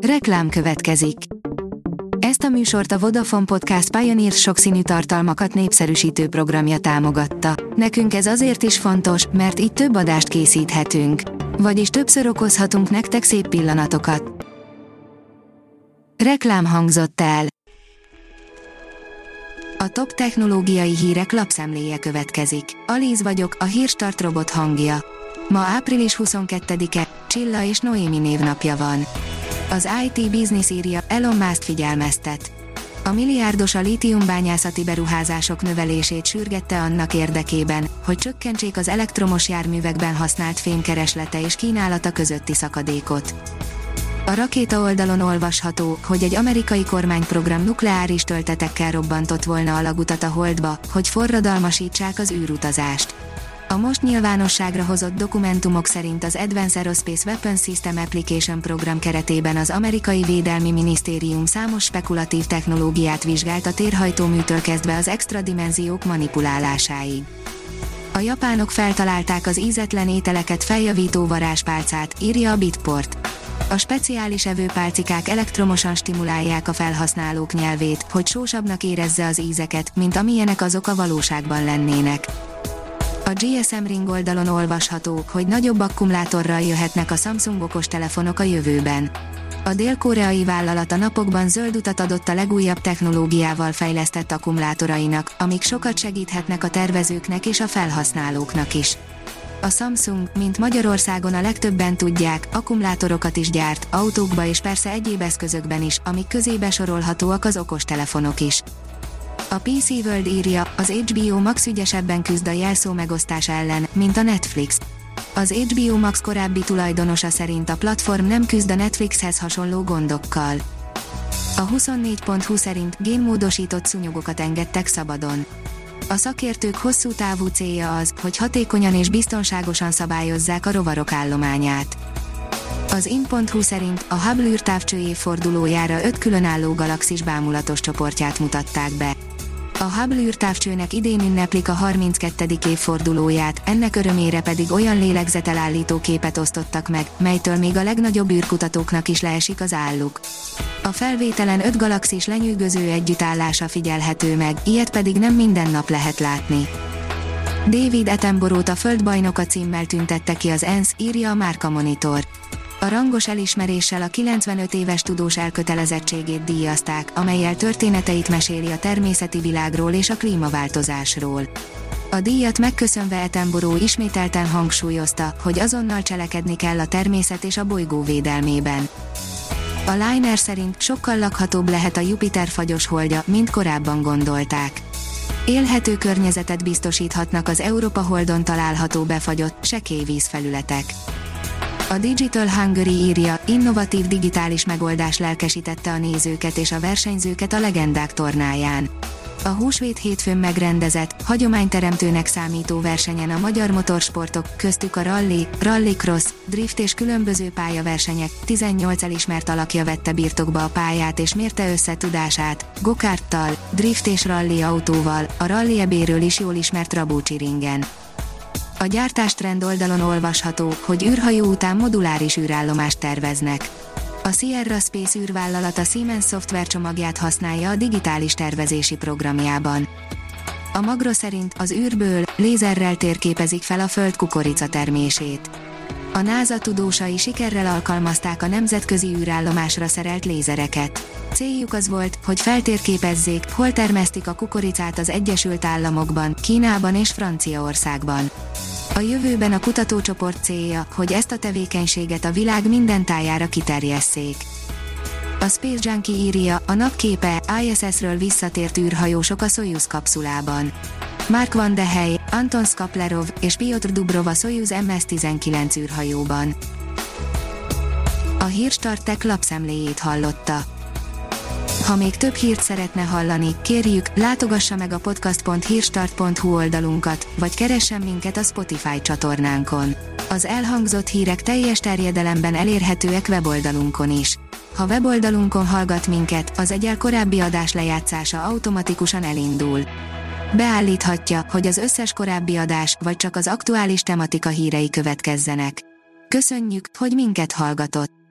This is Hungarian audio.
Reklám következik. Ezt a műsort a Vodafone Podcast Pioneer sokszínű tartalmakat népszerűsítő programja támogatta. Nekünk ez azért is fontos, mert így több adást készíthetünk. Vagyis többször okozhatunk nektek szép pillanatokat. Reklám hangzott el. A top technológiai hírek lapszemléje következik. Alíz vagyok, a Hírstart robot hangja. Ma április 22-e, Csilla és Noémi névnapja van. Az IT Business írja, Elon Musk figyelmeztet. A milliárdos a lítiumbányászati beruházások növelését sürgette annak érdekében, hogy csökkentsék az elektromos járművekben használt fém kereslete és kínálata közötti szakadékot. A rakéta oldalon olvasható, hogy egy amerikai kormányprogram nukleáris töltetekkel robbantott volna alagutat a Holdba, hogy forradalmasítsák az űrutazást. A most nyilvánosságra hozott dokumentumok szerint az Advanced Aerospace Weapons System Application program keretében az amerikai védelmi minisztérium számos spekulatív technológiát vizsgált a térhajtóműtől kezdve az extra dimenziók manipulálásáig. A japánok feltalálták az ízetlen ételeket feljavító varázspálcát, írja a Bitport. A speciális evőpálcikák elektromosan stimulálják a felhasználók nyelvét, hogy sósabbnak érezze az ízeket, mint amilyenek azok a valóságban lennének. A GSM Ring oldalon olvasható, hogy nagyobb akkumulátorral jöhetnek a Samsung okostelefonok a jövőben. A dél-koreai vállalat a napokban zöld utat adott a legújabb technológiával fejlesztett akkumulátorainak, amik sokat segíthetnek a tervezőknek és a felhasználóknak is. A Samsung, mint Magyarországon a legtöbben tudják, akkumulátorokat is gyárt, autókba és persze egyéb eszközökben is, amik közé besorolhatóak az okostelefonok is. A PC World írja, az HBO Max ügyesebben küzd a jelszó megosztás ellen, mint a Netflix. Az HBO Max korábbi tulajdonosa szerint a platform nem küzd a Netflixhez hasonló gondokkal. A 24.20 szerint génmódosított szúnyogokat engedtek szabadon. A szakértők hosszú távú célja az, hogy hatékonyan és biztonságosan szabályozzák a rovarok állományát. Az in.hu szerint a Hubble űrtávcső évfordulójára 5 különálló galaxis bámulatos csoportját mutatták be. A Hubble űrtávcsőnek idén ünneplik a 32. évfordulóját, ennek örömére pedig olyan lélegzetelállító képet osztottak meg, melytől még a legnagyobb űrkutatóknak is leesik az álluk. A felvételen 5 galaxis lenyűgöző együttállása figyelhető meg, ilyet pedig nem minden nap lehet látni. David Attenborough-t a Földbajnoka címmel tüntette ki az ENSZ, írja a Márka Monitor. A rangos elismeréssel a 95 éves tudós elkötelezettségét díjazták, amellyel történeteit meséli a természeti világról és a klímaváltozásról. A díjat megköszönve Attenborough ismételten hangsúlyozta, hogy azonnal cselekedni kell a természet és a bolygó védelmében. A Liner szerint sokkal lakhatóbb lehet a Jupiter fagyos holdja, mint korábban gondolták. Élhető környezetet biztosíthatnak az Európa Holdon található befagyott, sekély vízfelületek. A Digital Hungary írja, innovatív digitális megoldás lelkesítette a nézőket és a versenyzőket a legendák tornáján. A húsvét hétfőn megrendezett, hagyományteremtőnek számító versenyen a magyar motorsportok, köztük a rallycross, drift és különböző pályaversenyek, 18 elismert alakja vette birtokba a pályát és mérte össze tudását, gokárttal, drift és rally autóval, a rally ebéről is jól ismert Rabócsi ringen. A gyártástrend oldalon olvasható, hogy űrhajó után moduláris űrállomást terveznek. A Sierra Space űrvállalat a Siemens szoftvercsomagját használja a digitális tervezési programjában. A Magro szerint az űrből lézerrel térképezik fel a Föld kukoricatermését. A NASA tudósai sikerrel alkalmazták a nemzetközi űrállomásra szerelt lézereket. Céljuk az volt, hogy feltérképezzék, hol termesztik a kukoricát az Egyesült Államokban, Kínában és Franciaországban. A jövőben a kutatócsoport célja, hogy ezt a tevékenységet a világ minden tájára kiterjesszék. A Space Junkie írja, a napképe, ISS-ről visszatért űrhajósok a Szojuz kapszulában. Mark Van de Hey, Anton Skaplerov és Piotr Dubrov a Szojuz MS-19 űrhajóban. A Hírstart Tech lapszemléjét hallotta. Ha még több hírt szeretne hallani, kérjük, látogassa meg a podcast.hírstart.hu oldalunkat, vagy keressen minket a Spotify csatornánkon. Az elhangzott hírek teljes terjedelemben elérhetőek weboldalunkon is. Ha weboldalunkon hallgat minket, az egyel korábbi adás lejátszása automatikusan elindul. Beállíthatja, hogy az összes korábbi adás, vagy csak az aktuális tematika hírei következzenek. Köszönjük, hogy minket hallgatott!